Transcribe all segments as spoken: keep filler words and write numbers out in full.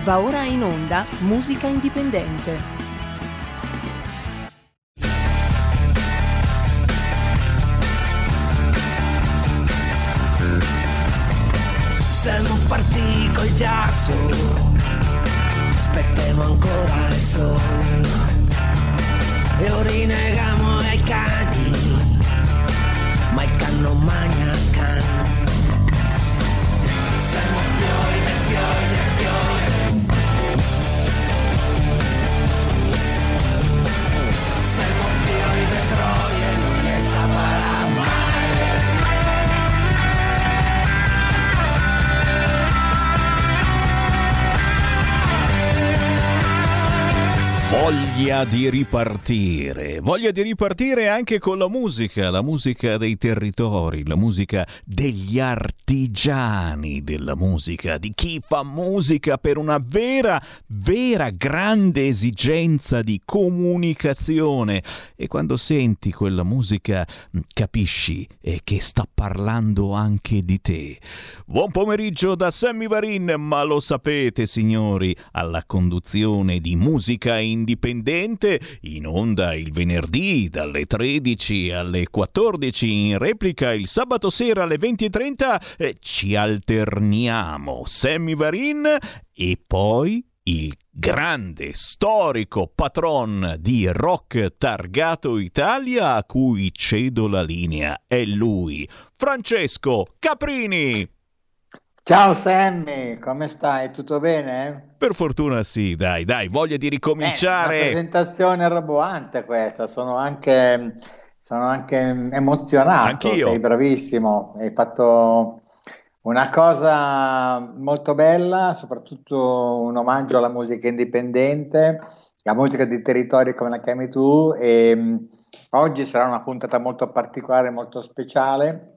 Va ora in onda Musica Indipendente. Siamo partiti col giasso, aspettiamo ancora il sole e ora rinnegamo ai cani, ma il can non magna il can. Siamo fiori dei fiori dei fiori, siamo fiori dei troie, non ne saprà mai. Voglia di ripartire, voglia di ripartire anche con la musica, la musica dei territori, la musica degli artigiani della musica, di chi fa musica per una vera, vera grande esigenza di comunicazione. E quando senti quella musica capisci eh, che sta parlando anche di te. Buon pomeriggio da Sammy Varin, ma lo sapete signori, alla conduzione di Musica Indipendente, in onda il venerdì dalle tredici alle quattordici, in replica il sabato sera alle venti e trenta, eh, ci alterniamo Sammy Varin e poi il grande storico patron di Rock Targato Italia a cui cedo la linea. È lui, Francesco Caprini. Ciao Sammy, come stai? Tutto bene? Per fortuna sì, dai, dai, voglia di ricominciare. È una presentazione roboante questa, sono anche, sono anche emozionato. Anch'io. Sei bravissimo, hai fatto una cosa molto bella, soprattutto un omaggio alla musica indipendente, la musica di territorio come la chiami tu, e mh, oggi sarà una puntata molto particolare, molto speciale.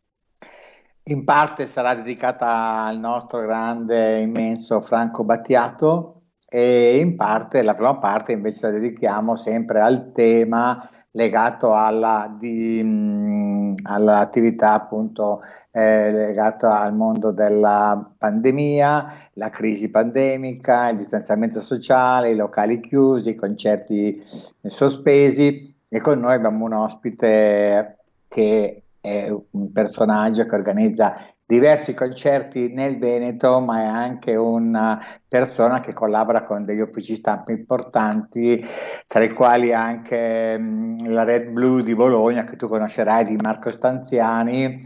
In parte sarà dedicata al nostro grande, immenso Franco Battiato e in parte, la prima parte invece la dedichiamo sempre al tema legato alla, di, mh, all'attività appunto eh, legata al mondo della pandemia, la crisi pandemica, il distanziamento sociale, i locali chiusi, i concerti sospesi, e con noi abbiamo un ospite che è un personaggio che organizza diversi concerti nel Veneto, ma è anche una persona che collabora con degli uffici stampa importanti, tra i quali anche mh, la Red Blue di Bologna, che tu conoscerai, di Marco Stanziani,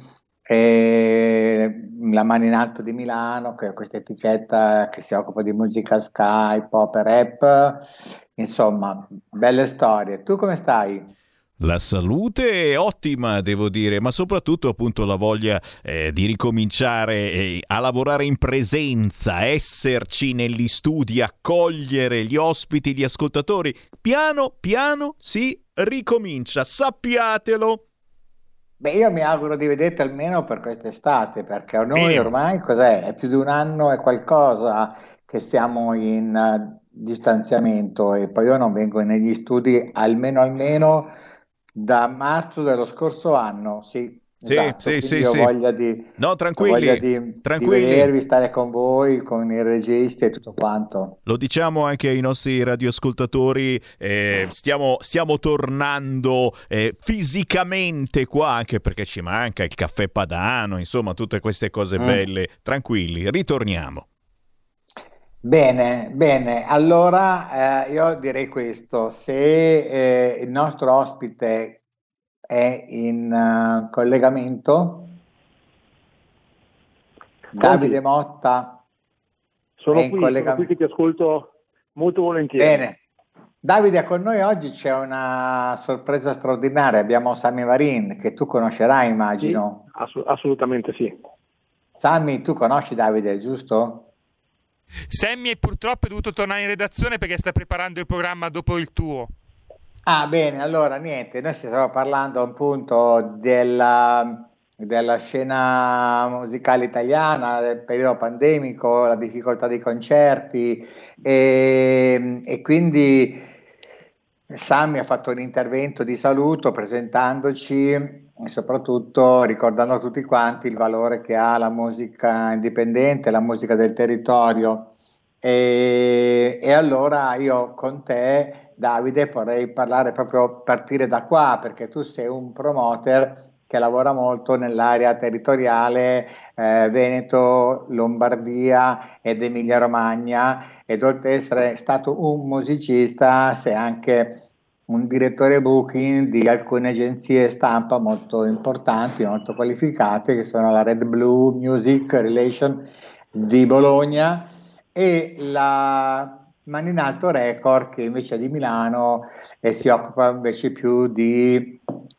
e la Mano in Alto di Milano, che è questa etichetta che si occupa di musica ska, pop e rap. Insomma, belle storie. Tu come stai? La salute è ottima, devo dire, ma soprattutto appunto la voglia eh, di ricominciare eh, a lavorare in presenza, esserci negli studi, accogliere gli ospiti, gli ascoltatori. Piano piano si ricomincia, sappiatelo. Beh, io mi auguro di vederti almeno per quest'estate, perché noi Minimo. ormai cos'è? È più di un anno e qualcosa che siamo in uh, distanziamento, e poi io non vengo negli studi almeno almeno da marzo dello scorso anno, sì, Sì, esatto, sì, quindi sì, ho sì. voglia di, No, ho tranquilli, voglia di, di tranquilli. vedervi, stare con voi, con i registi e tutto quanto. Lo diciamo anche ai nostri radioascoltatori, eh, stiamo, stiamo tornando eh, fisicamente qua, anche perché ci manca il caffè padano, insomma tutte queste cose Mm. belle. Tranquilli, ritorniamo. Bene, bene, allora eh, io direi questo: se eh, il nostro ospite è in eh, collegamento, Davide Motta Sono è in qui, sono qui collegamento. che ti ascolto molto volentieri. Bene, Davide, con noi oggi c'è una sorpresa straordinaria, abbiamo Sammy Varin, che tu conoscerai, Sì, immagino. ass- assolutamente sì. Sammy, tu conosci Davide, giusto? Sammy purtroppo è dovuto tornare in redazione perché sta preparando il programma dopo il tuo. Ah, bene, allora niente, noi stiamo parlando appunto della, della scena musicale italiana, del periodo pandemico, la difficoltà dei concerti, e, e quindi Sammy ha fatto un intervento di saluto presentandoci e soprattutto ricordando a tutti quanti il valore che ha la musica indipendente, la musica del territorio. E, e allora io con te, Davide, vorrei parlare proprio, partire da qua, perché tu sei un promoter che lavora molto nell'area territoriale eh, Veneto, Lombardia ed Emilia Romagna, ed oltre ad essere stato un musicista sei anche un direttore booking di alcune agenzie stampa molto importanti, molto qualificate, che sono la Red Blue Music Relation di Bologna e la Mani in Alto Record, che invece è di Milano e si occupa invece più di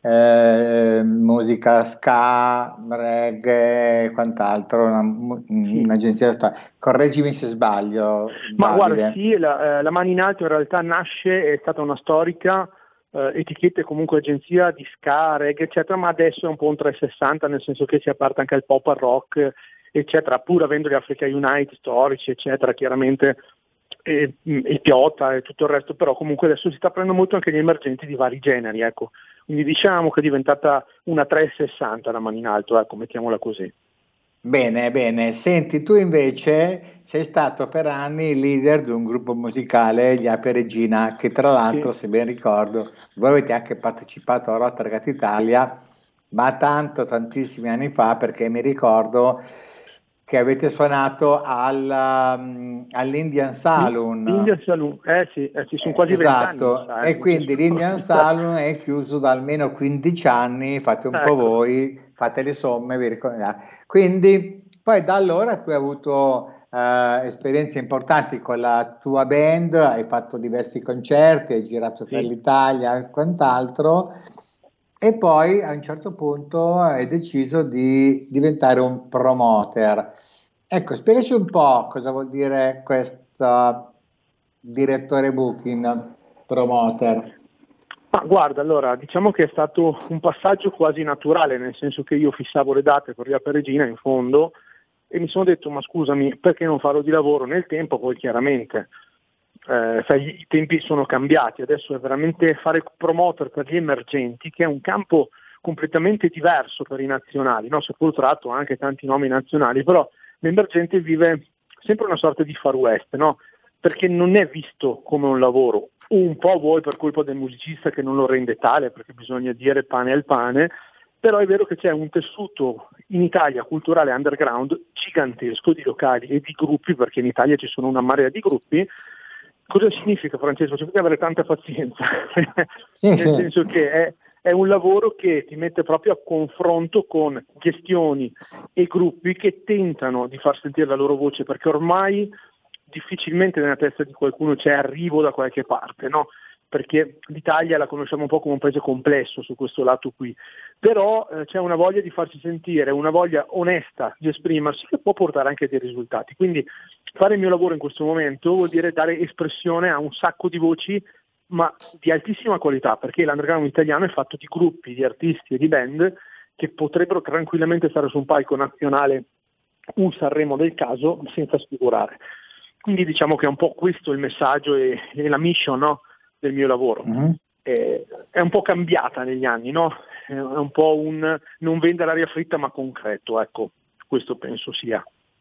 eh, musica ska, reggae e quant'altro, una, un'agenzia stampa. Correggimi se sbaglio, Ma Davide. guarda, sì, la, la Mani in Alto in realtà nasce, è stata una storica eh, etichetta e comunque agenzia di ska, reggae, eccetera, ma adesso è un po' un trecentosessanta, nel senso che si è aperta anche al pop, al rock, eccetera, pur avendo gli Africa Unite storici, eccetera, chiaramente, e, e Piotta e tutto il resto, però comunque adesso si sta prendendo molto anche gli emergenti di vari generi, ecco. Quindi diciamo che è diventata una trecentosessanta la Mani in Alto, ecco, mettiamola così. Bene, bene. Senti, tu invece sei stato per anni il leader di un gruppo musicale, gli Ape Regina, che tra l'altro, Sì. se ben ricordo, voi avete anche partecipato a Rotterdam Italia, ma tanto, tantissimi anni fa, perché mi ricordo che avete suonato al, um, all'Indian Saloon. Indian Saloon, eh sì, eh, ci sono quasi Esatto, vent'anni. e quindi l'Indian Saloon è chiuso da almeno quindici anni, fate un ecco. po' voi, fate le somme, vi ricordate. Quindi poi da allora tu hai avuto eh, esperienze importanti con la tua band, hai fatto diversi concerti, hai girato Sì. per l'Italia e quant'altro, e poi a un certo punto hai deciso di diventare un promoter. Ecco, spiegaci un po' cosa vuol dire questo direttore booking, promoter. Ma guarda, allora, diciamo che è stato un passaggio quasi naturale, nel senso che io fissavo le date per Via Peregina in fondo e mi sono detto, ma scusami, perché non farò di lavoro nel tempo? Poi chiaramente eh, sai, i tempi sono cambiati, adesso è veramente fare promoter per gli emergenti, che è un campo completamente diverso per i nazionali, no? Seppur tratto anche tanti nomi nazionali, però l'emergente vive sempre una sorta di far west, no? Perché non è visto come un lavoro, un po' vuoi per colpa del musicista che non lo rende tale, perché bisogna dire pane al pane, però è vero che c'è un tessuto in Italia culturale underground gigantesco di locali e di gruppi, perché in Italia ci sono una marea di gruppi. Cosa significa, Francesco? C'è che avere tanta pazienza, Sì, nel sì. senso che è, è un lavoro che ti mette proprio a confronto con gestioni e gruppi che tentano di far sentire la loro voce, perché ormai difficilmente nella testa di qualcuno c'è arrivo da qualche parte, no? Perché l'Italia la conosciamo un po' come un paese complesso su questo lato qui, però eh, c'è una voglia di farsi sentire, una voglia onesta di esprimersi che può portare anche dei risultati. Quindi fare il mio lavoro in questo momento vuol dire dare espressione a un sacco di voci, ma di altissima qualità, perché l'underground italiano è fatto di gruppi, di artisti e di band che potrebbero tranquillamente stare su un palco nazionale, un Sanremo del caso, senza sfigurare. Quindi diciamo che è un po' questo il messaggio e, e la mission, no, del mio lavoro. Mm-hmm. Eh, è un po' cambiata negli anni, no? È un po' un non vendere aria fritta ma concreto, ecco, questo penso sia.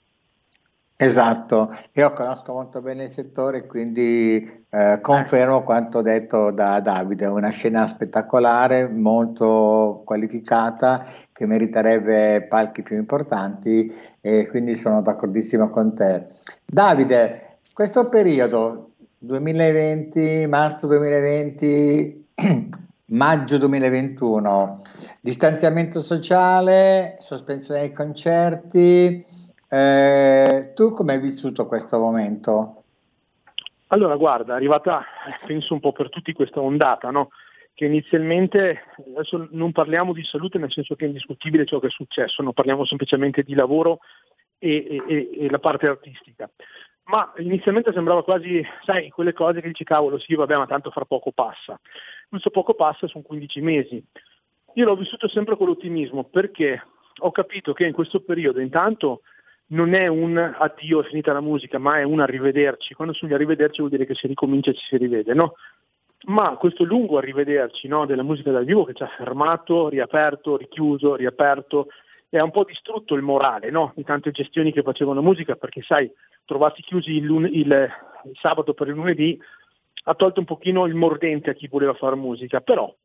Esatto, io conosco molto bene il settore, quindi eh, confermo quanto detto da Davide, una scena spettacolare, molto qualificata, che meriterebbe palchi più importanti, e quindi sono d'accordissimo con te. Davide, questo periodo duemilaventi, marzo duemilaventi, maggio duemilaventuno, distanziamento sociale, sospensione dei concerti. Eh, tu come hai vissuto questo momento? Allora guarda, è arrivata, penso un po' per tutti questa ondata, no? Che inizialmente, adesso non parliamo di salute nel senso che è indiscutibile ciò che è successo, non parliamo semplicemente di lavoro e, e, e la parte artistica, ma inizialmente sembrava quasi, sai, quelle cose che dici cavolo, sì vabbè, ma tanto fra poco passa. Questo poco passa, sono quindici mesi. Io l'ho vissuto sempre con l'ottimismo, perché ho capito che in questo periodo intanto non è un addio, è finita la musica, ma è un arrivederci. Quando sono gli arrivederci vuol dire che si ricomincia e ci si rivede, no? Ma questo lungo arrivederci, no, della musica dal vivo che ci ha fermato, riaperto, richiuso, riaperto, e ha un po' distrutto il morale, no? Di tante gestioni che facevano musica, perché sai, trovarsi chiusi il, lun- il, il sabato per il lunedì ha tolto un pochino il mordente a chi voleva fare musica, però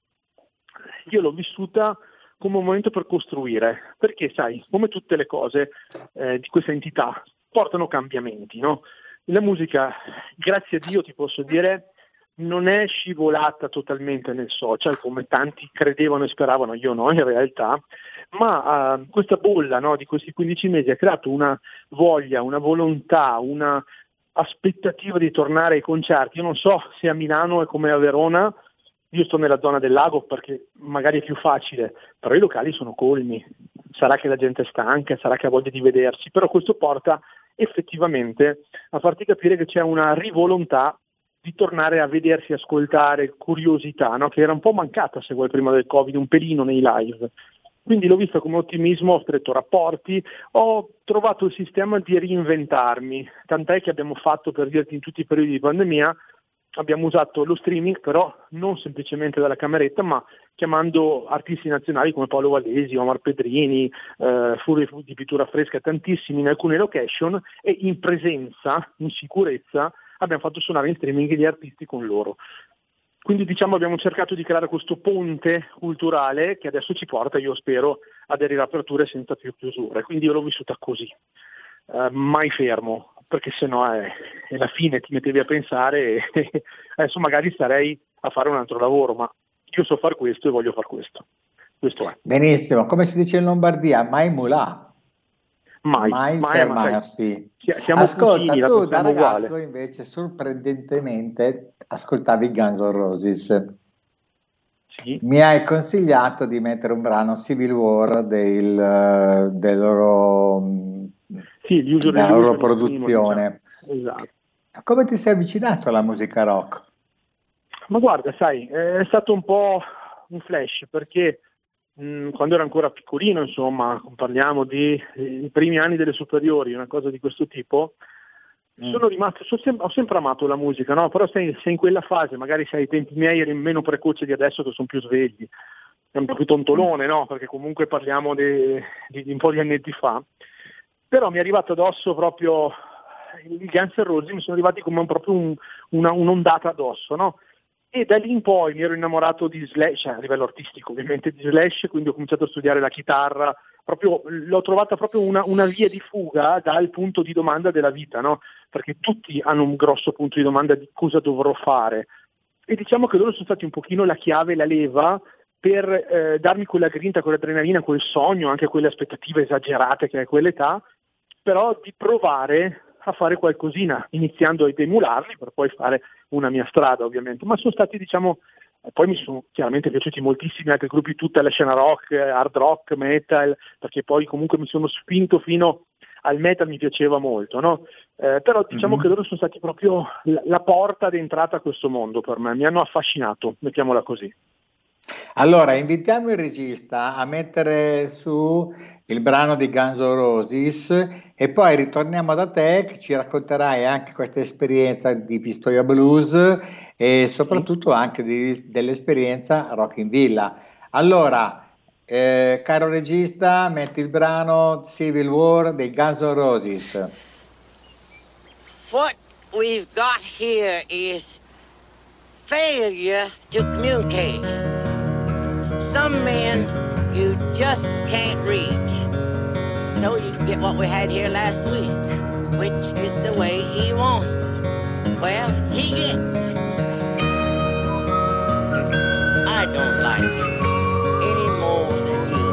io l'ho vissuta come un momento per costruire, perché sai, come tutte le cose eh, di questa entità portano cambiamenti, no? La musica, grazie a Dio ti posso dire, non è scivolata totalmente nel social come tanti credevano e speravano, io no in realtà, ma uh, questa bolla, no, di questi quindici mesi ha creato una voglia, una volontà, una aspettativa di tornare ai concerti. Io non so se a Milano è come a Verona, io sto nella zona del lago perché magari è più facile, però i locali sono colmi, sarà che la gente è stanca, sarà che ha voglia di vedersi, però questo porta effettivamente a farti capire che c'è una rivolontà di tornare a vedersi, ascoltare, curiosità, no? Che era un po' mancata, se vuoi, prima del Covid, un pelino nei live. Quindi l'ho vista come ottimismo, ho stretto rapporti, ho trovato il sistema di reinventarmi, tant'è che abbiamo fatto, per dirti, in tutti i periodi di pandemia, abbiamo usato lo streaming, però non semplicemente dalla cameretta, ma chiamando artisti nazionali come Paolo Vallesi, Omar Pedrini, eh, Furia di Pittura Fresca, tantissimi in alcune location, e in presenza, in sicurezza, abbiamo fatto suonare in streaming gli artisti con loro. Quindi diciamo abbiamo cercato di creare questo ponte culturale che adesso ci porta, io spero, a delle riaperture senza più chiusure. Quindi io l'ho vissuta così, uh, mai fermo, perché sennò è, è la fine, ti mettevi a pensare e adesso magari starei a fare un altro lavoro, ma io so far questo e voglio far questo. Questo è. Benissimo, come si dice in Lombardia, mai mulà. Mai, mai, mai fermarsi. Siamo Ascolta, putini, tu da ragazzo uguale. invece sorprendentemente ascoltavi Guns N' Roses. Sì. Mi hai consigliato di mettere un brano Civil War del, del loro, sì, della loro produzione. Primo, diciamo. Esatto. Come ti sei avvicinato alla musica rock? Ma guarda, sai, è stato un po' un flash, perché mh, quando ero ancora piccolino, insomma, parliamo di i primi anni delle superiori, una cosa di questo tipo, mm. sono rimasto, sono sem- ho sempre amato la musica, no? Però sei, sei in quella fase, magari sei ai tempi miei eri meno precoce di adesso che sono più svegli, è un po' più tontolone, no? Perché comunque parliamo di, di, di un po' di annetti fa, però mi è arrivato addosso proprio i Guns N' Roses, mi sono arrivati come un, proprio un, una, un'ondata addosso, no? E da lì in poi mi ero innamorato di Slash, cioè a livello artistico ovviamente di Slash, quindi ho cominciato a studiare la chitarra, proprio l'ho trovata proprio una, una via di fuga dal punto di domanda della vita, no? Perché tutti hanno un grosso punto di domanda di cosa dovrò fare, e diciamo che loro sono stati un pochino la chiave, la leva per eh, darmi quella grinta, quell'adrenalina, quel sogno, anche quelle aspettative esagerate che è quell'età, però di provare a fare qualcosina, iniziando ad emularli per poi fare una mia strada ovviamente, ma sono stati, diciamo, poi mi sono chiaramente piaciuti moltissimi altri gruppi, tutta la scena rock, hard rock, metal, perché poi comunque mi sono spinto fino al metal, mi piaceva molto, no? Eh, però diciamo mm-hmm. che loro sono stati proprio la, la porta d'entrata a questo mondo per me, mi hanno affascinato, mettiamola così. Allora, invitiamo il regista a mettere su il brano di Guns N' Roses e poi ritorniamo da te che ci racconterai anche questa esperienza di Pistoia Blues e soprattutto anche di, dell'esperienza Rock in Villa. Allora, eh, caro regista, metti il brano Civil War dei Guns N' Roses. What we've got here is failure to communicate. Some men you just can't reach. So you get what we had here last week, which is the way he wants it. Well, he gets it. I don't like it any more than you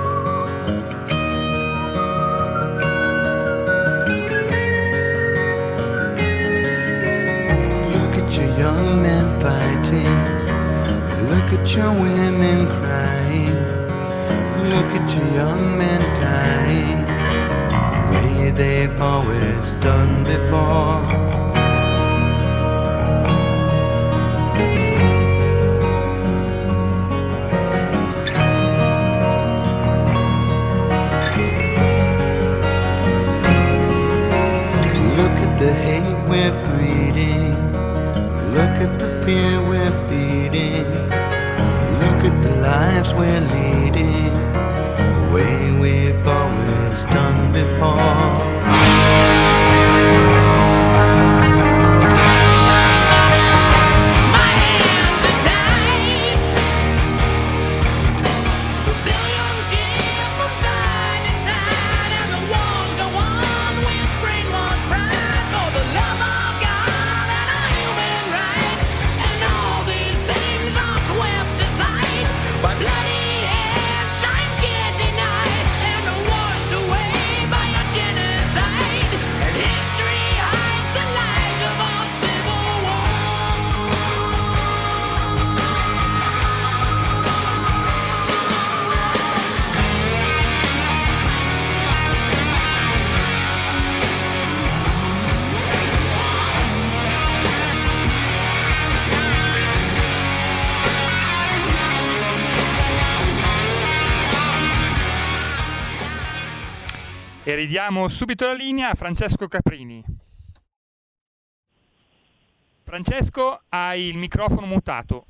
do. Look at your young men fighting. Look at your women crying. Look at your young men dying the way they've always done before. Look at the hate we're breeding. Look at the fear we're feeding. Look at the lives we're leading. way we've always done before. E ridiamo subito la linea a Francesco Caprini. Francesco, hai il microfono mutato.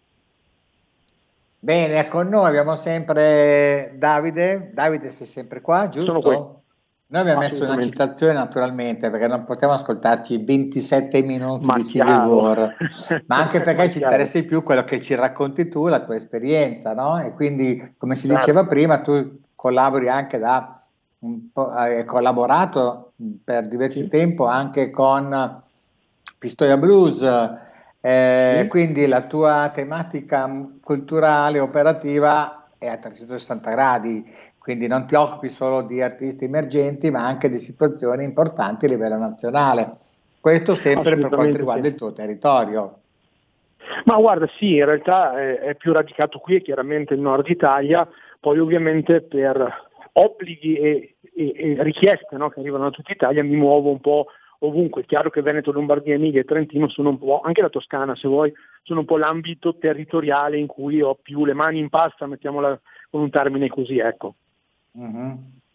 Bene, con noi abbiamo sempre Davide. Davide, sei sempre qua, giusto? Sono qui. Noi abbiamo messo una citazione naturalmente perché non possiamo ascoltarci ventisette minuti ma di Civil chiaro. War, ma anche perché Ma ci chiaro. interessa di più quello che ci racconti tu, la tua esperienza, no? E quindi, come si Certo. diceva prima, tu collabori anche da un po', hai collaborato per diverso Sì. tempo anche con Pistoia Blues, eh, Sì. quindi la tua tematica culturale operativa è a trecentosessanta gradi, quindi non ti occupi solo di artisti emergenti ma anche di situazioni importanti a livello nazionale, questo sempre per quanto Assolutamente riguarda sì. il tuo territorio. Ma guarda, sì, in realtà è, è più radicato qui, è chiaramente il nord Italia, poi ovviamente per obblighi e, e, e richieste, no, che arrivano da tutta Italia mi muovo un po' ovunque. È chiaro che Veneto, Lombardia, Emilia e Trentino sono un po', anche la Toscana se vuoi, sono un po' l'ambito territoriale in cui ho più le mani in pasta, mettiamola con un termine così, ecco. Mm-hmm.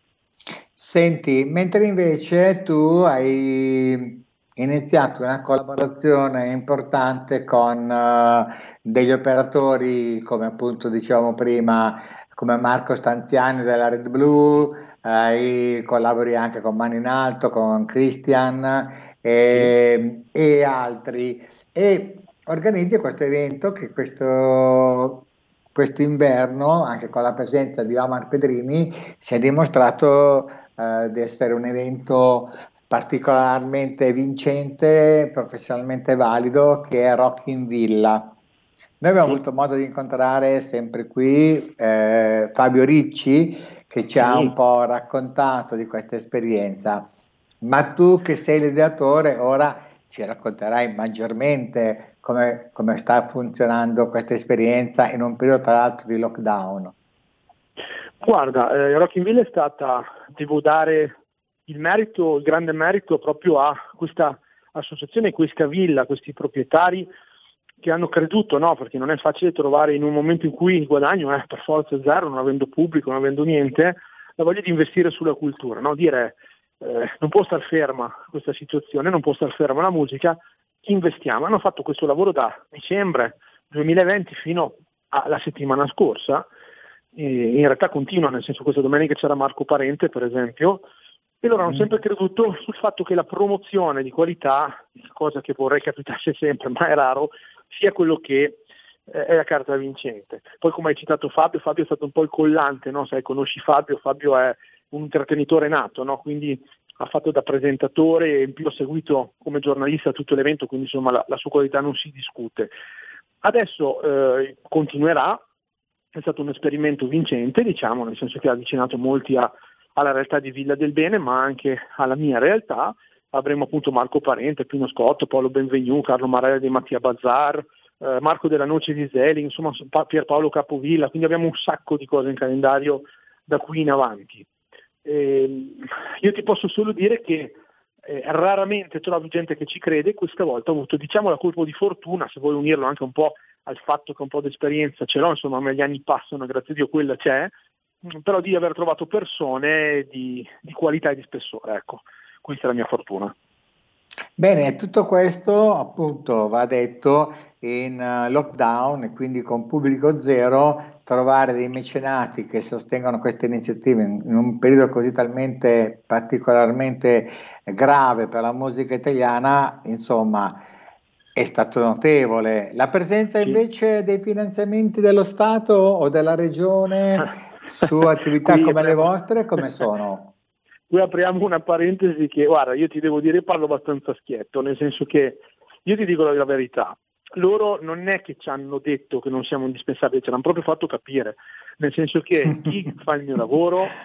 Senti, mentre invece tu hai iniziato una collaborazione importante con uh, degli operatori come appunto dicevamo prima, come Marco Stanziani della Red Blue, hai collabori anche con Mani in Alto, con Christian e, e altri, e organizzi questo evento che questo questo inverno, anche con la presenza di Omar Pedrini, si è dimostrato eh, di essere un evento particolarmente vincente, professionalmente valido, che è Rock in Villa. Noi abbiamo avuto modo di incontrare sempre qui eh, Fabio Ricci, che ci ha un po' raccontato di questa esperienza, ma tu che sei l'ideatore ora ci racconterai maggiormente come, come sta funzionando questa esperienza in un periodo tra l'altro di lockdown. Guarda, eh, Rock in Villa è stata, devo dare il merito, il grande merito proprio a questa associazione, questa villa, questi proprietari che hanno creduto, no? Perché non è facile trovare in un momento in cui il guadagno è per forza zero, non avendo pubblico, non avendo niente, la voglia di investire sulla cultura, no? Dire eh, non può star ferma questa situazione, non può star ferma la musica, investiamo. Hanno fatto questo lavoro da dicembre duemilaventi fino alla settimana scorsa, e in realtà continua, nel senso questa domenica c'era Marco Parente per esempio, e loro hanno sempre creduto sul fatto che la promozione di qualità, cosa che vorrei capitasse sempre ma è raro, sia quello che eh, è la carta vincente. Poi come hai citato Fabio, Fabio è stato un po' il collante, no? Sai, conosci Fabio, Fabio è un intrattenitore nato, no? Quindi ha fatto da presentatore e in più ha seguito come giornalista tutto l'evento, quindi insomma la, la sua qualità non si discute. Adesso eh, continuerà, è stato un esperimento vincente, diciamo, nel senso che ha avvicinato molti a, alla realtà di Villa del Bene, ma anche alla mia realtà. Avremo appunto Marco Parente, Pino Scotto, Paolo Benvenu, Carlo Marella di Mattia Bazzar, eh, Marco della Noce di Zeli, insomma Pierpaolo Capovilla, quindi abbiamo un sacco di cose in calendario da qui in avanti. Eh, io ti posso solo dire che eh, raramente trovi gente che ci crede, questa volta ho avuto, diciamo, la colpo di fortuna, se vuoi unirlo anche un po' al fatto che un po' di esperienza ce l'ho, insomma, gli anni passano, grazie a Dio quella c'è, però di aver trovato persone di, di qualità e di spessore, ecco, questa è la mia fortuna. Bene, tutto questo appunto va detto in uh, lockdown e quindi con pubblico zero, trovare dei mecenati che sostengono queste iniziative in, in un periodo così talmente particolarmente grave per la musica italiana, insomma, è stato notevole. La presenza Sì. invece dei finanziamenti dello Stato o della Regione su attività Qui come le apriamo- vostre, come sono? Qui apriamo una parentesi che, guarda, io ti devo dire, parlo abbastanza schietto, nel senso che, io ti dico la, la verità, loro non è che ci hanno detto che non siamo indispensabili, ce l'hanno proprio fatto capire, nel senso che chi fa il mio lavoro eh,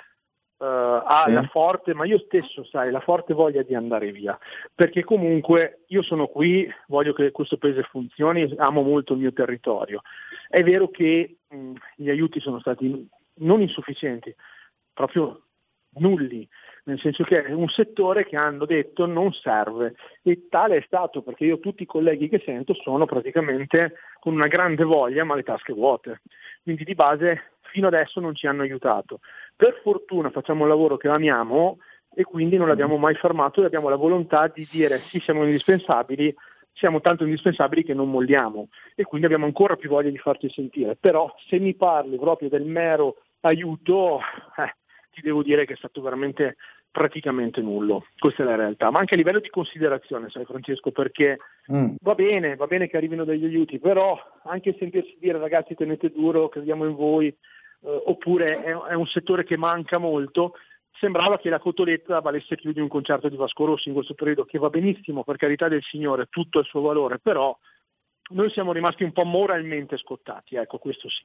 ha Sì. la forte, ma io stesso, sai, la forte voglia di andare via, perché comunque io sono qui, voglio che questo paese funzioni, amo molto il mio territorio. È vero che mh, gli aiuti sono stati non insufficienti, proprio nulli, nel senso che è un settore che hanno detto non serve, e tale è stato, perché io tutti i colleghi che sento sono praticamente con una grande voglia ma le tasche vuote, quindi di base fino adesso non ci hanno aiutato. Per fortuna facciamo un lavoro che amiamo e quindi non l'abbiamo mai fermato e abbiamo la volontà di dire sì, siamo indispensabili, siamo tanto indispensabili che non molliamo, e quindi abbiamo ancora più voglia di farci sentire. Però se mi parli proprio del mero aiuto, eh, ti devo dire che è stato veramente praticamente nullo, questa è la realtà, ma anche a livello di considerazione, sai Francesco, perché Mm. va bene, va bene che arrivino degli aiuti, però anche sentirsi dire ragazzi tenete duro, crediamo in voi, eh, oppure è, è un settore che manca molto, sembrava che la cotoletta valesse più di un concerto di Vasco Rossi in questo periodo, che va benissimo, per carità del Signore, tutto ha il suo valore, però noi siamo rimasti un po' moralmente scottati, ecco, questo sì.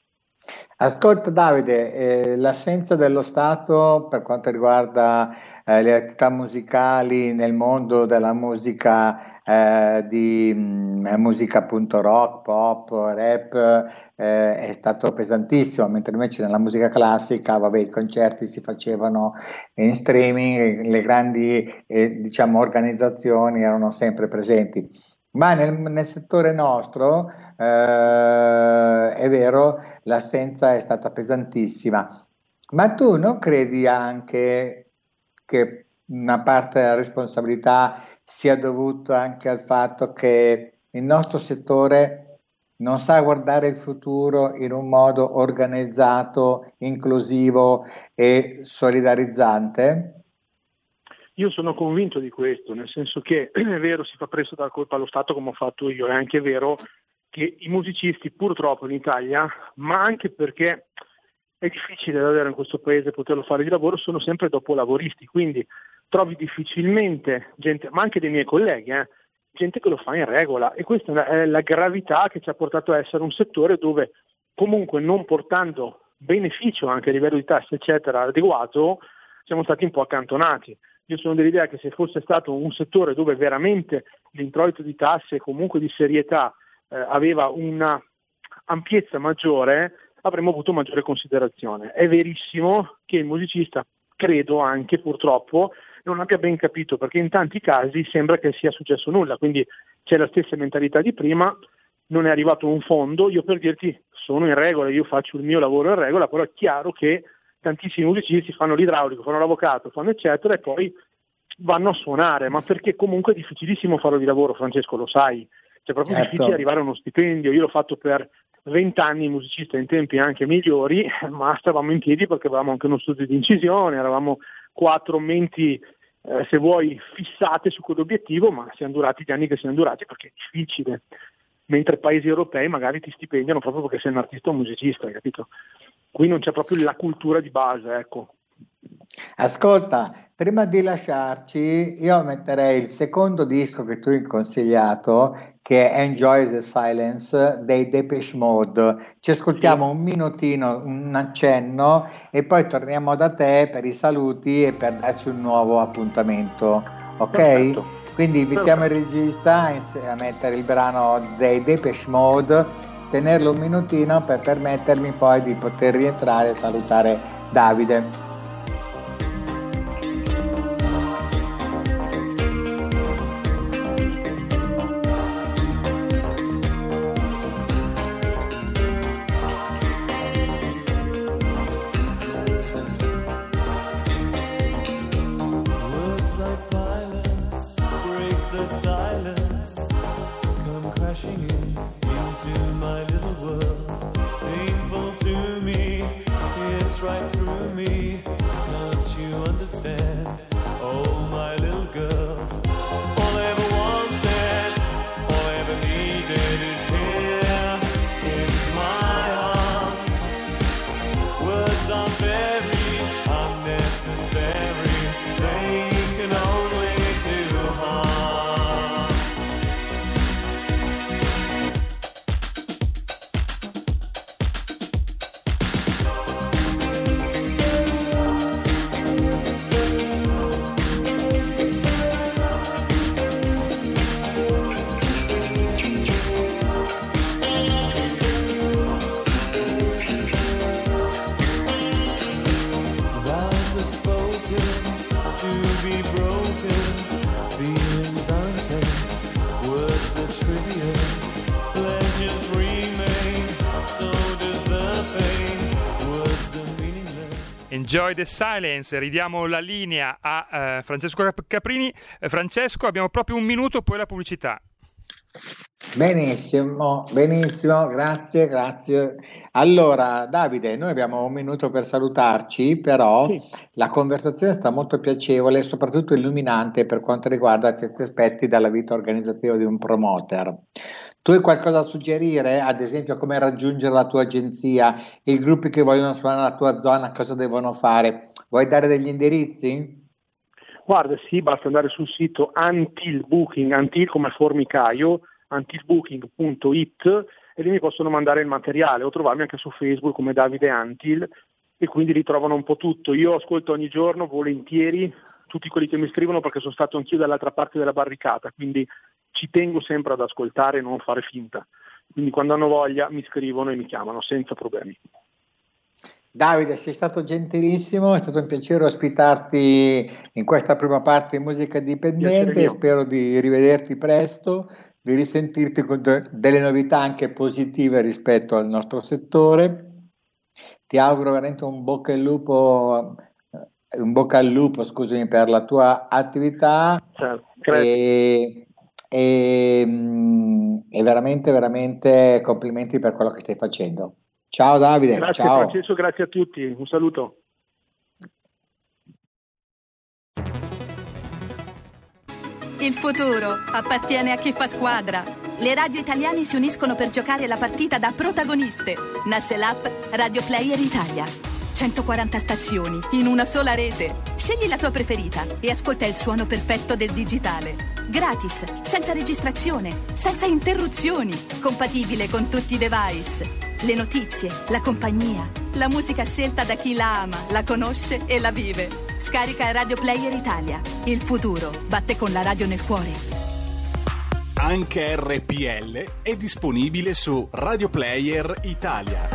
Ascolta Davide, eh, l'assenza dello Stato per quanto riguarda eh, le attività musicali nel mondo della musica, eh, di mh, musica appunto rock, pop, rap, eh, è stato pesantissimo, mentre invece nella musica classica, vabbè, i concerti si facevano in streaming, le grandi eh, diciamo organizzazioni erano sempre presenti. Ma nel, nel settore nostro eh, è vero, l'assenza è stata pesantissima, ma tu non credi anche che una parte della responsabilità sia dovuta anche al fatto che il nostro settore non sa guardare il futuro in un modo organizzato, inclusivo e solidarizzante? Io sono convinto di questo, nel senso che è vero si fa presto dalla colpa allo Stato come ho fatto io, è anche vero che i musicisti purtroppo in Italia, ma anche perché è difficile davvero in questo paese poterlo fare di lavoro, sono sempre dopolavoristi, quindi trovi difficilmente gente, ma anche dei miei colleghi, eh, gente che lo fa in regola, e questa è la, è la gravità che ci ha portato a essere un settore dove comunque non portando beneficio anche a livello di tasse eccetera adeguato, siamo stati un po' accantonati. Io sono dell'idea che se fosse stato un settore dove veramente l'introito di tasse e comunque di serietà eh, aveva una ampiezza maggiore, avremmo avuto maggiore considerazione. È verissimo che il musicista, credo anche purtroppo, non abbia ben capito, perché in tanti casi sembra che sia successo nulla, quindi c'è la stessa mentalità di prima, non è arrivato un fondo, io per dirti sono in regola, io faccio il mio lavoro in regola, però è chiaro che tantissimi musicisti fanno l'idraulico, fanno l'avvocato, fanno eccetera e poi vanno a suonare, ma perché comunque è difficilissimo farlo di lavoro, Francesco, lo sai, cioè proprio Certo. difficile arrivare a uno stipendio. Io l'ho fatto per vent'anni, musicista in tempi anche migliori, ma stavamo in piedi perché avevamo anche uno studio di incisione, eravamo quattro menti eh, se vuoi fissate su quell'obiettivo, ma siamo durati gli anni che siamo durati perché è difficile, mentre paesi europei magari ti stipendiano proprio perché sei un artista o un musicista, hai capito? Qui non c'è proprio la cultura di base, ecco. Ascolta, prima di lasciarci, io metterei il secondo disco che tu hai consigliato, che è Enjoy the Silence dei Depeche Mode. Ci ascoltiamo un minutino, un accenno, e poi torniamo da te per i saluti e per darci un nuovo appuntamento, ok? Perfetto. Quindi invitiamo il regista a mettere il brano dei Depeche Mode, tenerlo un minutino per permettermi poi di poter rientrare e salutare Davide. Words like violence break the right through me. Don't you understand? Oh, my little girl. All I ever wanted, all I ever needed is here in my arms. Words are very unnecessary. They can only do harm. Vows are spoken to be broken. Feelings are intense, words are trivial. Pleasures remain, so does the pain. Words are meaningless. Enjoy the silence, ridiamo la linea a eh, Francesco Caprini. Eh, Francesco, abbiamo proprio un minuto, poi la pubblicità. Benissimo, benissimo, grazie, grazie. Allora, Davide, noi abbiamo un minuto per salutarci, però Sì. la conversazione sta molto piacevole e soprattutto illuminante per quanto riguarda certi aspetti della vita organizzativa di un promoter. Tu hai qualcosa da suggerire? Ad esempio, come raggiungere la tua agenzia, i gruppi che vogliono suonare nella tua zona, cosa devono fare? Vuoi dare degli indirizzi? Guarda, sì, basta andare sul sito Until Booking, Until come formicaio, until booking punto it, e lì mi possono mandare il materiale o trovarmi anche su Facebook come Davide Until, e quindi ritrovano un po' tutto. Io ascolto ogni giorno volentieri tutti quelli che mi scrivono, perché sono stato anch'io dall'altra parte della barricata, quindi ci tengo sempre ad ascoltare e non fare finta. Quindi quando hanno voglia mi scrivono e mi chiamano senza problemi. Davide, sei stato gentilissimo, è stato un piacere ospitarti in questa prima parte di musica indipendente e spero di rivederti presto, di risentirti con de- delle novità anche positive rispetto al nostro settore. Ti auguro veramente un bocca al lupo, eh, un bocca al lupo, scusami, per la tua attività. Certo, e, e, mm, e veramente, veramente complimenti per quello che stai facendo. Ciao Davide, Grazie ciao. Francesco, grazie a tutti, un saluto. Il futuro appartiene a chi fa squadra. Le radio italiane si uniscono per giocare la partita da protagoniste. Nasce l'app Radio Player Italia. centoquaranta stazioni in una sola rete. Scegli la tua preferita e ascolta il suono perfetto del digitale. Gratis, senza registrazione, senza interruzioni, compatibile con tutti i device. Le notizie, la compagnia, la musica scelta da chi la ama, la conosce e la vive. Scarica Radio Player Italia. Il futuro batte con la radio nel cuore. Anche R P L è disponibile su Radio Player Italia.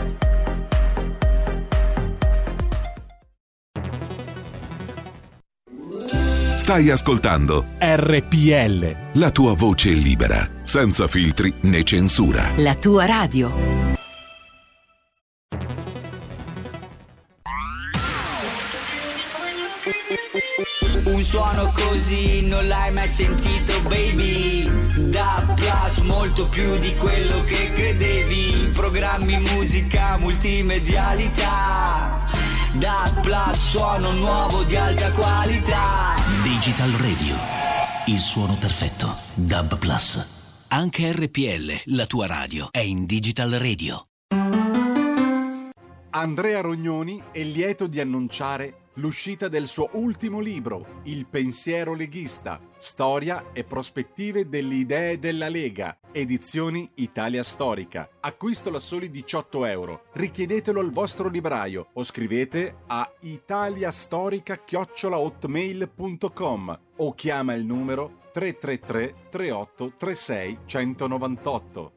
Stai ascoltando R P L, la tua voce libera, senza filtri né censura. La tua radio. Un suono così non l'hai mai sentito, baby. Da Plus, molto più di quello che credevi. Programmi, musica, multimedialità. Da Plus, suono nuovo di alta qualità. Digital Radio, il suono perfetto. Dub Plus. Anche R P L, la tua radio, è in Digital Radio. Andrea Rognoni è lieto di annunciare l'uscita del suo ultimo libro, Il pensiero leghista, storia e prospettive delle idee della Lega, edizioni Italia Storica. Acquisto a soli diciotto euro. Richiedetelo al vostro libraio o scrivete a italiastorica chiocciola hotmail punto com o chiama il numero tre tre tre tre otto tre sei uno nove otto.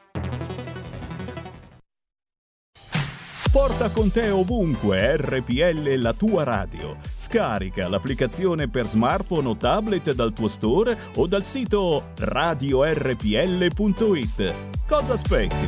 Porta con te ovunque R P L, la tua radio. Scarica l'applicazione per smartphone o tablet dal tuo store o dal sito radio erre pi elle punto it. Cosa aspetti?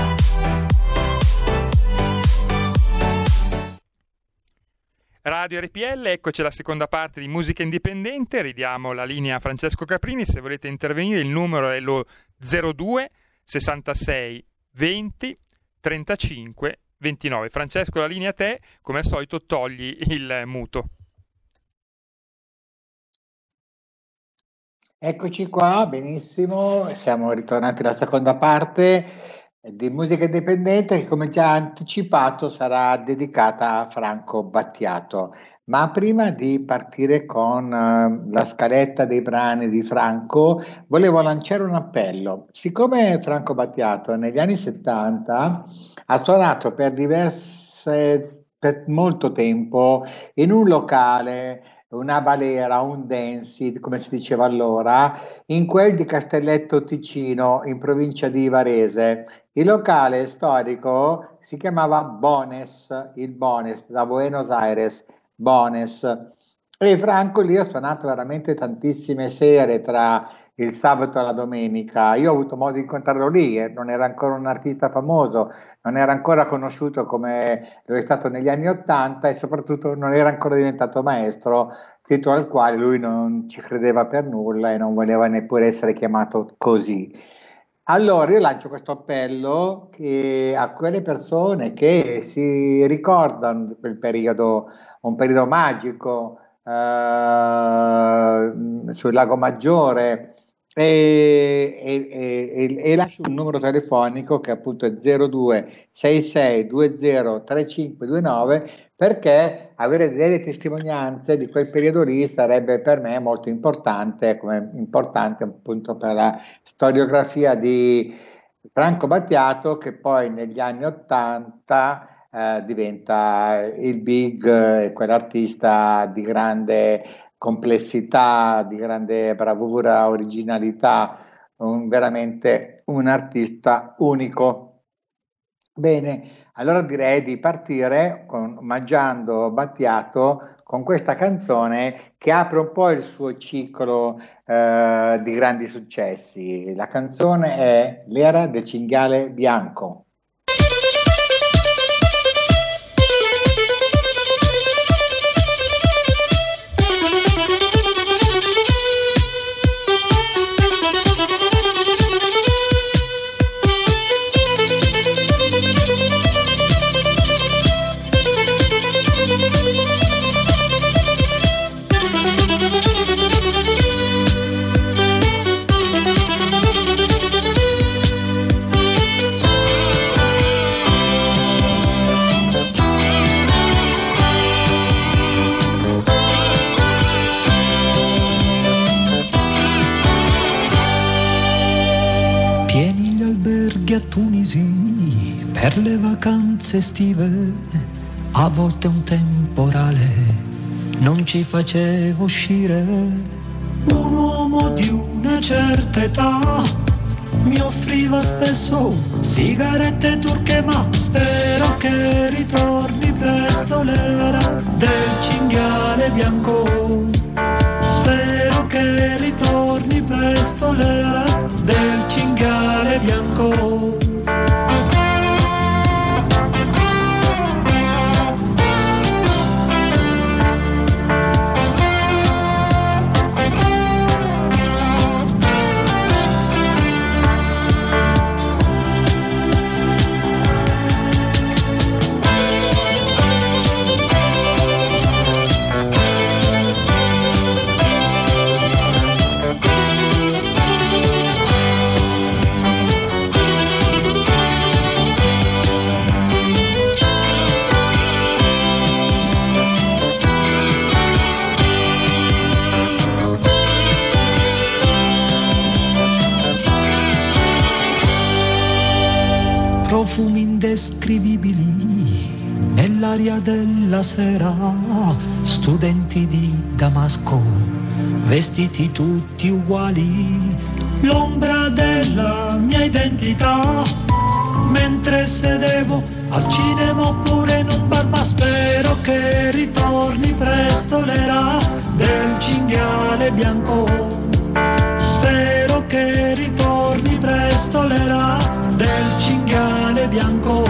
Radio R P L, eccoci alla seconda parte di Musica Indipendente. Ridiamo la linea a Francesco Caprini. Se volete intervenire il numero è lo zero due sessantasei venti trentacinque ventinove. Francesco, la linea a te, come al solito togli il muto. Eccoci qua, benissimo, siamo ritornati alla seconda parte di musica indipendente che, come già anticipato, sarà dedicata a Franco Battiato. Ma prima di partire con uh, la scaletta dei brani di Franco, volevo lanciare un appello. Siccome Franco Battiato negli anni settanta ha suonato per diverse, per molto tempo in un locale, una balera, un dance, come si diceva allora, in quel di Castelletto Ticino, in provincia di Varese. Il locale storico si chiamava Bones, il Bones, da Buenos Aires, Bones. E Franco lì ha suonato veramente tantissime sere, tra il sabato e la domenica. Io ho avuto modo di incontrarlo lì, eh. Non era ancora un artista famoso, non era ancora conosciuto come lo è stato negli anni Ottanta e soprattutto non era ancora diventato maestro, titolo al quale lui non ci credeva per nulla e non voleva neppure essere chiamato così. Allora io lancio questo appello che a quelle persone che si ricordano di quel periodo, un periodo magico, eh, sul Lago Maggiore, e, e, e, e lascio un numero telefonico che appunto è zero due sei sei due zero tre cinque due nove, perché avere delle testimonianze di quel periodo lì sarebbe per me molto importante, come importante appunto per la storiografia di Franco Battiato, che poi negli anni Ottanta eh, diventa il big, eh, quell'artista di grande complessità, di grande bravura, originalità, un, veramente un artista unico. Bene, allora direi di partire con, omaggiando Battiato con questa canzone che apre un po' il suo ciclo eh, di grandi successi. La canzone è L'era del cinghiale bianco. Per le vacanze estive, a volte un temporale non ci faceva uscire. Un uomo di una certa età mi offriva spesso sigarette turche, ma spero che ritorni presto l'era del cinghiale bianco. Spero che ritorni presto l'era del cinghiale bianco. Profumi indescrivibili nell'aria della sera, studenti di Damasco, vestiti tutti uguali, l'ombra della mia identità, mentre sedevo al cinema oppure in un bar, ma spero che ritorni presto l'era del cinghiale bianco. Spero che ritorni presto l'era del cinghiale bianco.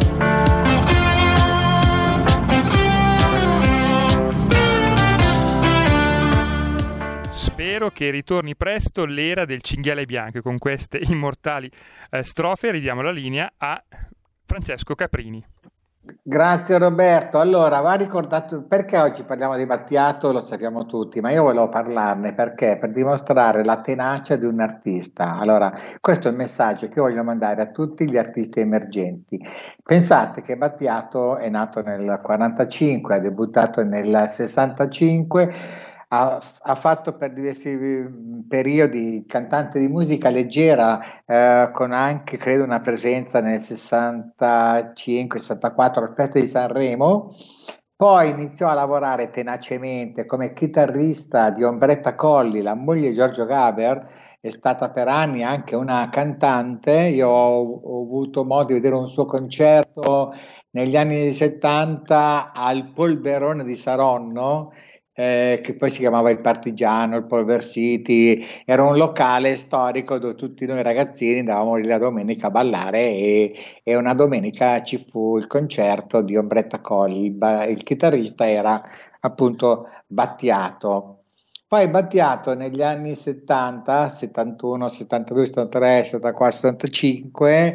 Spero che ritorni presto l'era del cinghiale bianco. E con queste immortali eh, strofe ridiamo la linea a Francesco Caprini. Grazie Roberto. Allora, va ricordato perché oggi parliamo di Battiato, lo sappiamo tutti, ma io volevo parlarne perché per dimostrare la tenacia di un artista. Allora, questo è il messaggio che voglio mandare a tutti gli artisti emergenti. Pensate che Battiato è nato nel quarantacinque, ha debuttato nel sessantacinque. Ha, ha fatto per diversi periodi cantante di musica leggera, eh, con anche credo una presenza nel sessantacinque sessantaquattro al Festival di Sanremo. Poi iniziò a lavorare tenacemente come chitarrista di Ombretta Colli, la moglie di Giorgio Gaber. È stata per anni anche una cantante. Io ho, ho avuto modo di vedere un suo concerto negli anni settanta al Polverone di Saronno, Eh, che poi si chiamava il Partigiano, il Polver City. Era un locale storico dove tutti noi ragazzini andavamo lì la domenica a ballare, e, e una domenica ci fu il concerto di Ombretta Colli. Il, il chitarrista era appunto Battiato. Poi Battiato negli anni settanta, settantuno, settantadue, settantatré, settantaquattro, settantacinque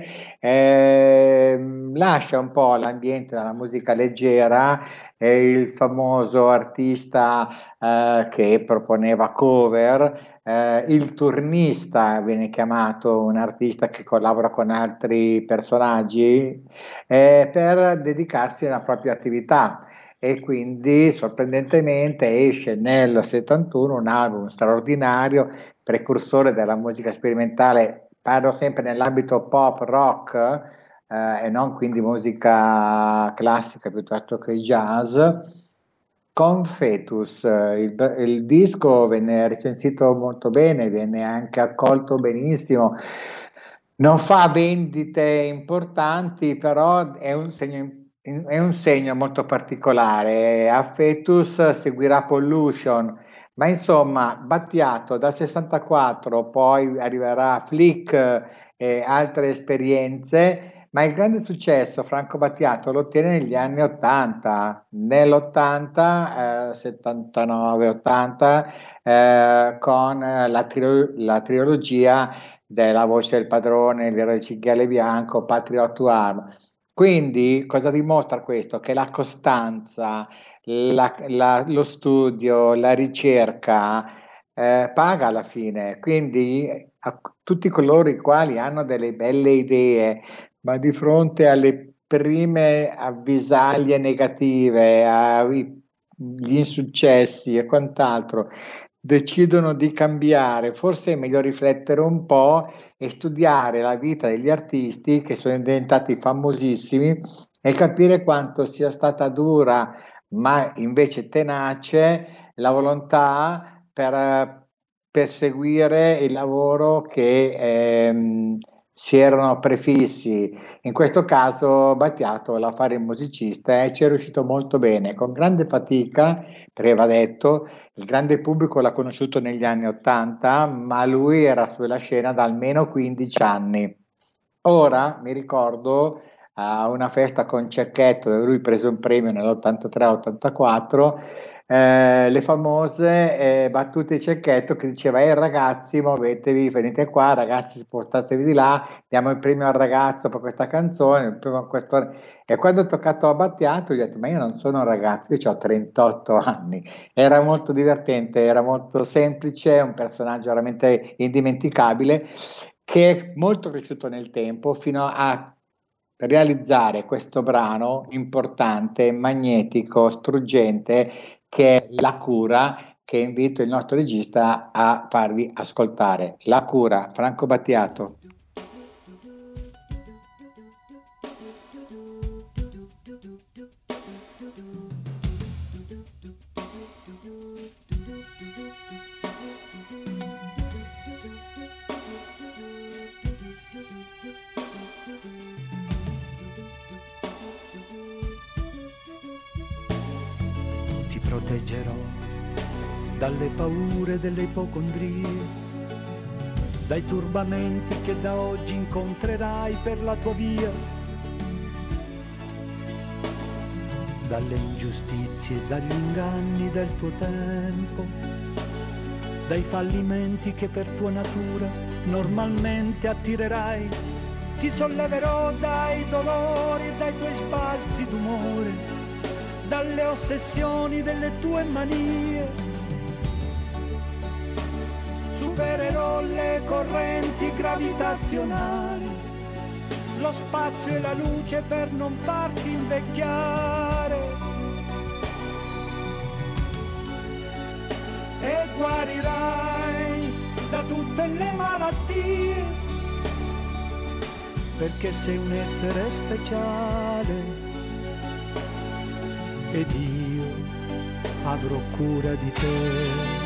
eh, lascia un po' l'ambiente della musica leggera. È il famoso artista eh, che proponeva cover, eh, il turnista viene chiamato, un artista che collabora con altri personaggi eh, per dedicarsi alla propria attività. E quindi sorprendentemente esce nel settantuno un album straordinario, precursore della musica sperimentale, parlo sempre nell'ambito pop rock, eh, e non quindi musica classica piuttosto che jazz, con Fetus. Il, il disco venne recensito molto bene, venne anche accolto benissimo. Non fa vendite importanti, però è un segno importante. È un segno molto particolare. A Fetus seguirà Pollution, ma insomma Battiato dal sessantaquattro poi arriverà Flick e altre esperienze, ma il grande successo Franco Battiato lo ottiene negli anni ottanta. Nell'ottanta, eh, settantanove ottanta, eh, con la, trio- la trilogia della Voce del Padrone, L'eroe del cinghiale bianco, Patriot to Arm. Quindi cosa dimostra questo? Che la costanza, la, la, lo studio, la ricerca eh, paga alla fine. Quindi a tutti coloro i quali hanno delle belle idee, ma di fronte alle prime avvisaglie negative, agli insuccessi e quant'altro, decidono di cambiare, forse è meglio riflettere un po' e studiare la vita degli artisti che sono diventati famosissimi e capire quanto sia stata dura, ma invece tenace, la volontà per perseguire il lavoro che ehm, si erano prefissi. In questo caso Battiato la fare il musicista e ci è riuscito molto bene, con grande fatica, perché va detto, il grande pubblico l'ha conosciuto negli anni ottanta, ma lui era sulla scena da almeno quindici anni. Ora mi ricordo a una festa con Cecchetto dove lui prese un premio nell'ottantatré ottantaquattro, Eh, le famose eh, battute di Cecchetto che diceva: eh ragazzi, muovetevi, venite qua, ragazzi, spostatevi di là, diamo il premio al ragazzo per questa canzone, il premio questo... E quando ho toccato a Battiato gli ho detto: ma io non sono un ragazzo, io ho trentotto anni. Era molto divertente, era molto semplice, un personaggio veramente indimenticabile, che è molto cresciuto nel tempo fino a realizzare questo brano importante, magnetico, struggente, che è La Cura, che invito il nostro regista a farvi ascoltare. La Cura, Franco Battiato. Proteggerò dalle paure delle ipocondrie, dai turbamenti che da oggi incontrerai per la tua via, dalle ingiustizie e dagli inganni del tuo tempo, dai fallimenti che per tua natura normalmente attirerai. Ti ti solleverò dai dolori e dai tuoi sbalzi d'umore, dalle ossessioni delle tue manie. Supererò le correnti gravitazionali, lo spazio e la luce per non farti invecchiare. E guarirai da tutte le malattie, perché sei un essere speciale ed io avrò cura di te.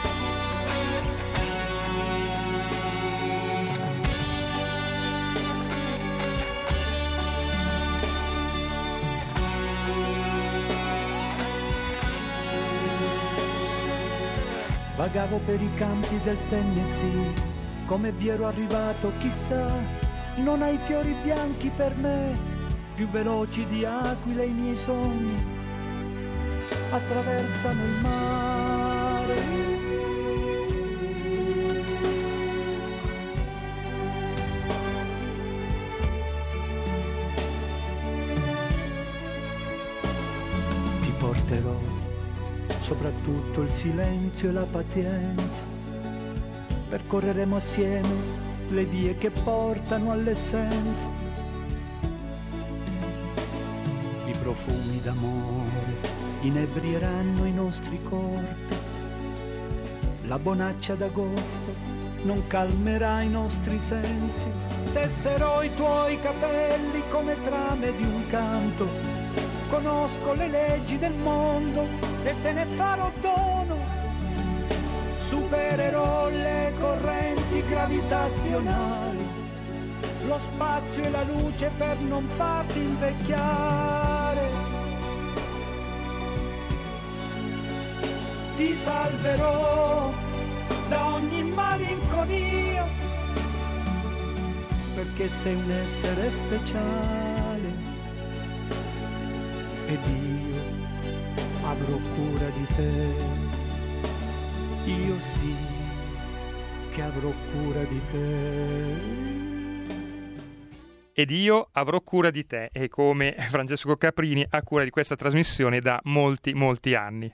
Vagavo per i campi del Tennessee, come vi ero arrivato chissà, non hai fiori bianchi per me, più veloci di aquile i miei sogni, attraversano il mare. Ti porterò soprattutto il silenzio e la pazienza, percorreremo assieme le vie che portano all'essenza. I profumi d'amore inebrieranno i nostri corpi, la bonaccia d'agosto non calmerà i nostri sensi. Tesserò i tuoi capelli come trame di un canto, conosco le leggi del mondo e te ne farò dono. Supererò le correnti gravitazionali, lo spazio e la luce per non farti invecchiare. Ti salverò da ogni malinconia, perché sei un essere speciale ed io avrò cura di te. Io sì che avrò cura di te. Ed io avrò cura di te, e come Francesco Caprini ha cura di questa trasmissione da molti molti anni.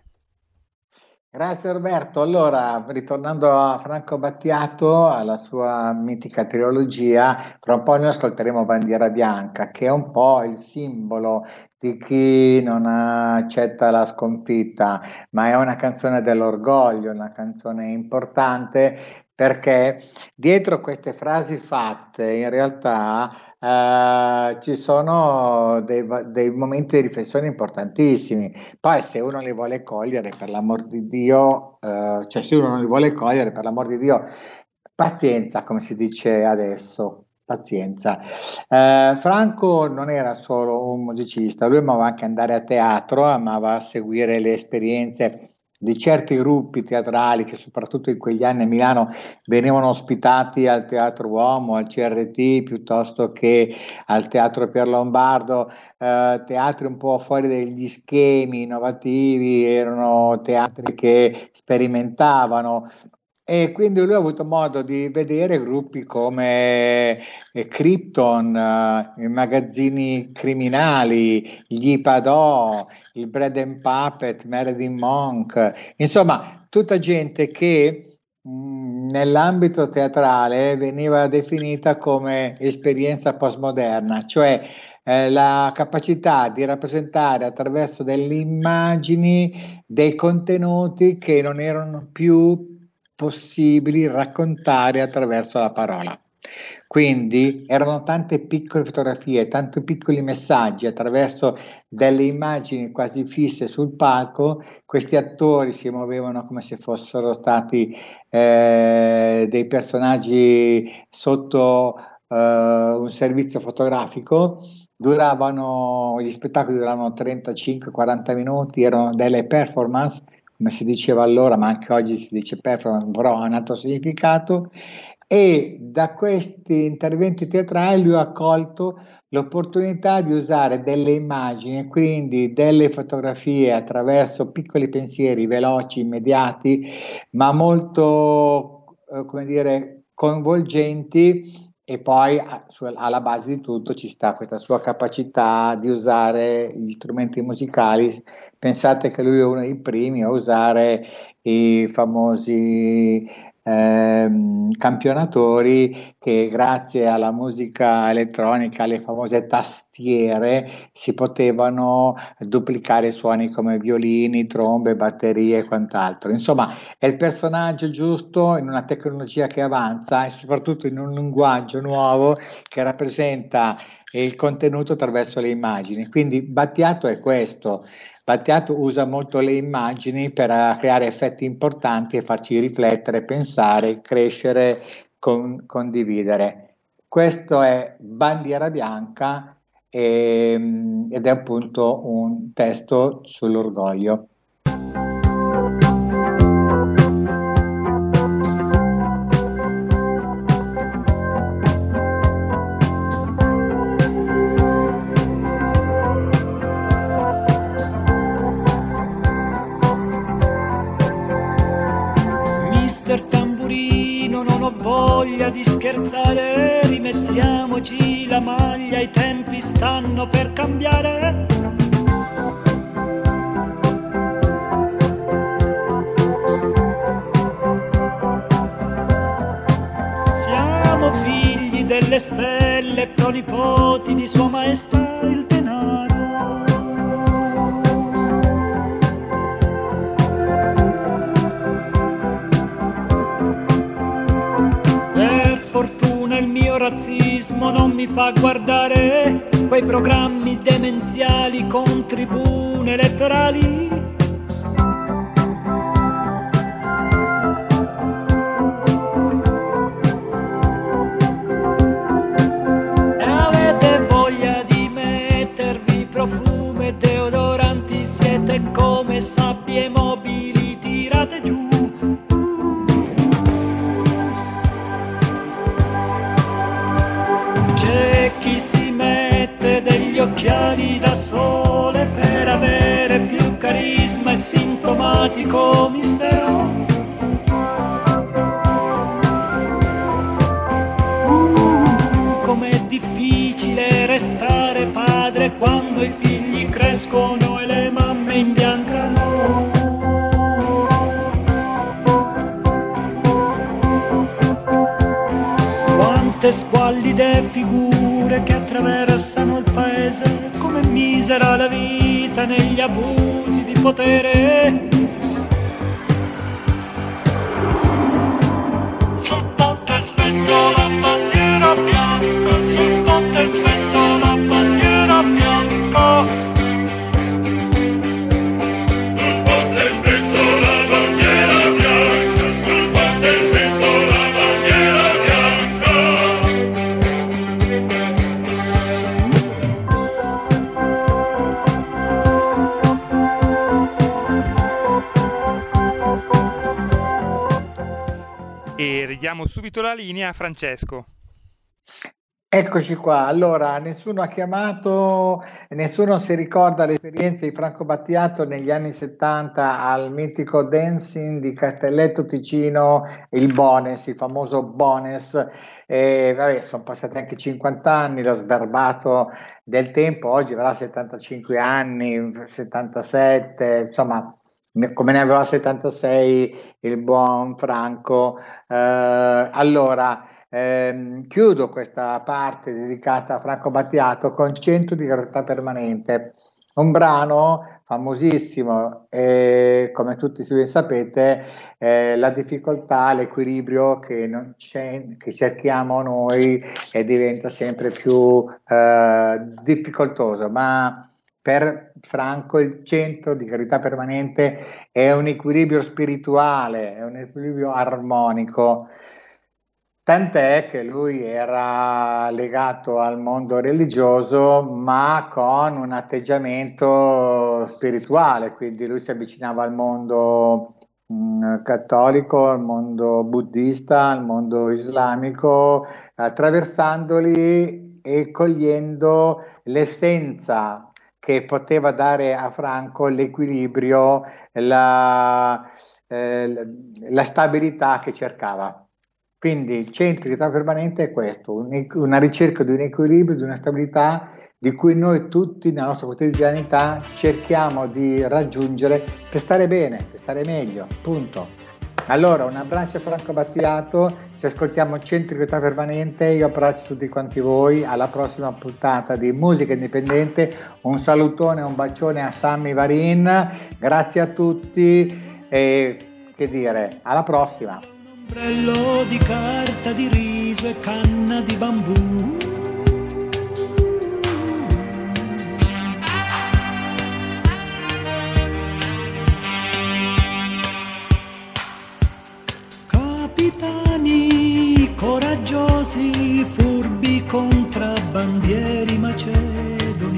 Grazie Roberto. Allora, ritornando a Franco Battiato, alla sua mitica trilogia, fra un po' noi ascolteremo Bandiera Bianca, che è un po' il simbolo di chi non accetta la sconfitta, ma è una canzone dell'orgoglio, una canzone importante, perché dietro queste frasi fatte in realtà eh, ci sono dei, dei momenti di riflessione importantissimi. Poi se uno li vuole cogliere, per l'amor di Dio, eh, cioè se uno non li vuole cogliere, per l'amor di Dio, pazienza, come si dice adesso, pazienza. Eh, Franco non era solo un musicista, lui amava anche andare a teatro, amava seguire le esperienze di certi gruppi teatrali che soprattutto in quegli anni a Milano venivano ospitati al Teatro Uomo, al C R T, piuttosto che al Teatro Pier Lombardo, eh, teatri un po' fuori dagli schemi innovativi, erano teatri che sperimentavano. E quindi lui ha avuto modo di vedere gruppi come eh, Krypton, eh, i magazzini criminali, gli Ipadò, il Bread and Puppet, Marilyn Monk, insomma tutta gente che mh, nell'ambito teatrale veniva definita come esperienza postmoderna, cioè eh, la capacità di rappresentare attraverso delle immagini dei contenuti che non erano più possibili raccontare attraverso la parola. Quindi erano tante piccole fotografie, tanti piccoli messaggi attraverso delle immagini quasi fisse sul palco. Questi attori si muovevano come se fossero stati eh, dei personaggi sotto eh, un servizio fotografico. Duravano, gli spettacoli duravano trentacinque quaranta minuti, erano delle performance, come si diceva allora, ma anche oggi si dice performance, però ha un altro significato. E da questi interventi teatrali lui ha colto l'opportunità di usare delle immagini, quindi delle fotografie attraverso piccoli pensieri veloci, immediati, ma molto, eh, come dire, coinvolgenti, e poi a- su- alla base di tutto ci sta questa sua capacità di usare gli strumenti musicali. Pensate che lui è uno dei primi a usare i famosi ehm, campionatori che grazie alla musica elettronica, alle famose tastiere, si potevano duplicare suoni come violini, trombe, batterie e quant'altro. Insomma, è il personaggio giusto in una tecnologia che avanza e soprattutto in un linguaggio nuovo che rappresenta il contenuto attraverso le immagini. Quindi Battiato è questo. Battiato usa molto le immagini per eh, creare effetti importanti e farci riflettere, pensare, crescere, con- condividere. Questo è Bandiera Bianca ehm, ed è appunto un testo sull'orgoglio. Mister Tamburino, non ho voglia di scherzare, rimettiamoci la maglia, i tempi stanno per cambiare. Siamo figli delle stelle, pronipoti di Sua Maestà il denaro. Per fortuna il mio razzismo non mi fa guardare quei programmi demenziali con tribune elettorali. E avete voglia di mettervi profumo e deodoranti, siete come sabbie mobili tirate giù. C'è chi si mette degli occhiali da sole per avere più carisma e sintomatico mistero. Uh, com'è difficile restare padre quando i figli crescono e le mamme imbiancano. Quante squallide figure che attraversano il paese, come misera la vita negli abusi di potere. Sul ponte svento la bandiera bianca, sul ponte svento la bandiera bianca. Sul ponte svento la bandiera bianca, sul ponte svento la bandiera bianca. E ridiamo subito la linea a Francesco. Eccoci qua, allora nessuno ha chiamato, nessuno si ricorda l'esperienza di Franco Battiato negli anni settanta al mitico dancing di Castelletto Ticino, il Bones, il famoso Bones. E, vabbè, sono passati anche cinquanta anni, l'ho sberbato del tempo, oggi avrà settantacinque anni, settantasette, insomma ne- come ne aveva settantasei il buon Franco. Eh, allora Ehm, chiudo questa parte dedicata a Franco Battiato con cento di gravità permanente, un brano famosissimo e come tutti ben sapete eh, la difficoltà, l'equilibrio che, non c'è, che cerchiamo noi e diventa sempre più eh, difficoltoso, ma per Franco il cento di gravità permanente è un equilibrio spirituale, è un equilibrio armonico. Tant'è che lui era legato al mondo religioso, ma con un atteggiamento spirituale, quindi lui si avvicinava al mondo mh, cattolico, al mondo buddista, al mondo islamico, attraversandoli e cogliendo l'essenza che poteva dare a Franco l'equilibrio, la, eh, la stabilità che cercava. Quindi centricità permanente è questo, un, una ricerca di un equilibrio, di una stabilità di cui noi tutti nella nostra quotidianità cerchiamo di raggiungere per stare bene, per stare meglio, punto. Allora un abbraccio a Franco Battiato, ci ascoltiamo Centricità Permanente, io abbraccio tutti quanti voi, alla prossima puntata di Musica Indipendente, un salutone, un bacione a Sammy Varin, grazie a tutti e che dire, alla prossima. Ombrello di carta di riso e canna di bambù. Capitani coraggiosi, furbi contrabbandieri macedoni.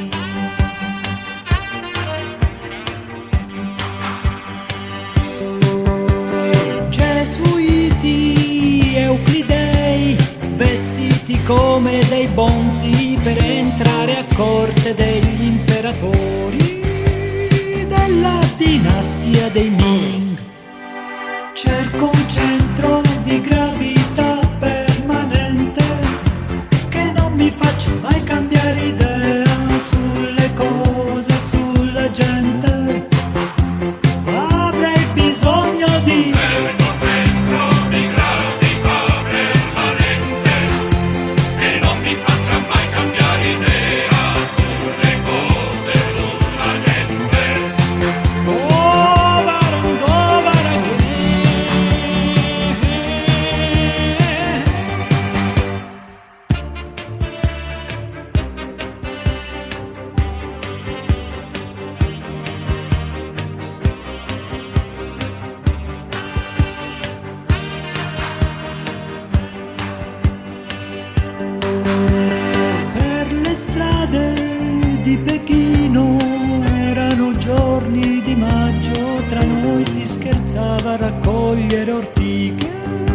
Euclidei, vestiti come dei bonzi per entrare a corte degli imperatori della dinastia dei Ming. Cerco un centro di gravità permanente che non mi faccia mai cambiare idea sulle cose, sulla gente. Avrei bisogno di di Pechino erano giorni di maggio, tra noi si scherzava a raccogliere ortiche.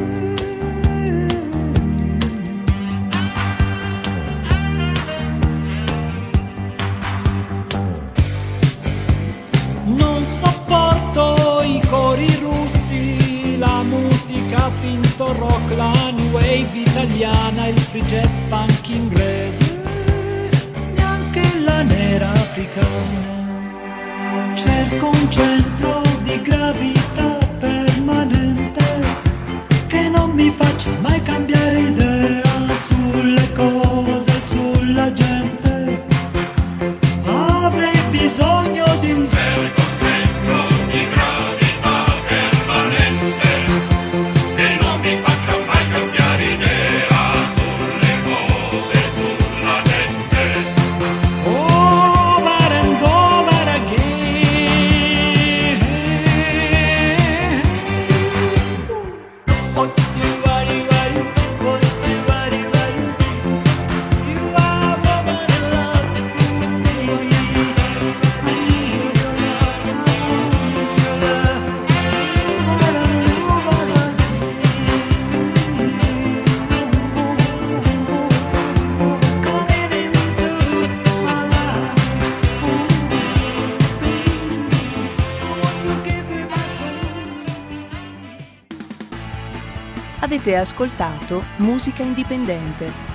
Non sopporto i cori russi, la musica finto rock, la new wave italiana, il free jazz punk inglese, la nera africana. Cerco un centro di gravità permanente che non mi faccia mai cambiare idea sulle cose, sulla gente. Avrei bisogno di un cerco centro di gravità permanente che non mi faccia mai cambiare idea sulle cose, sulla gente. Avete ascoltato Musica Indipendente.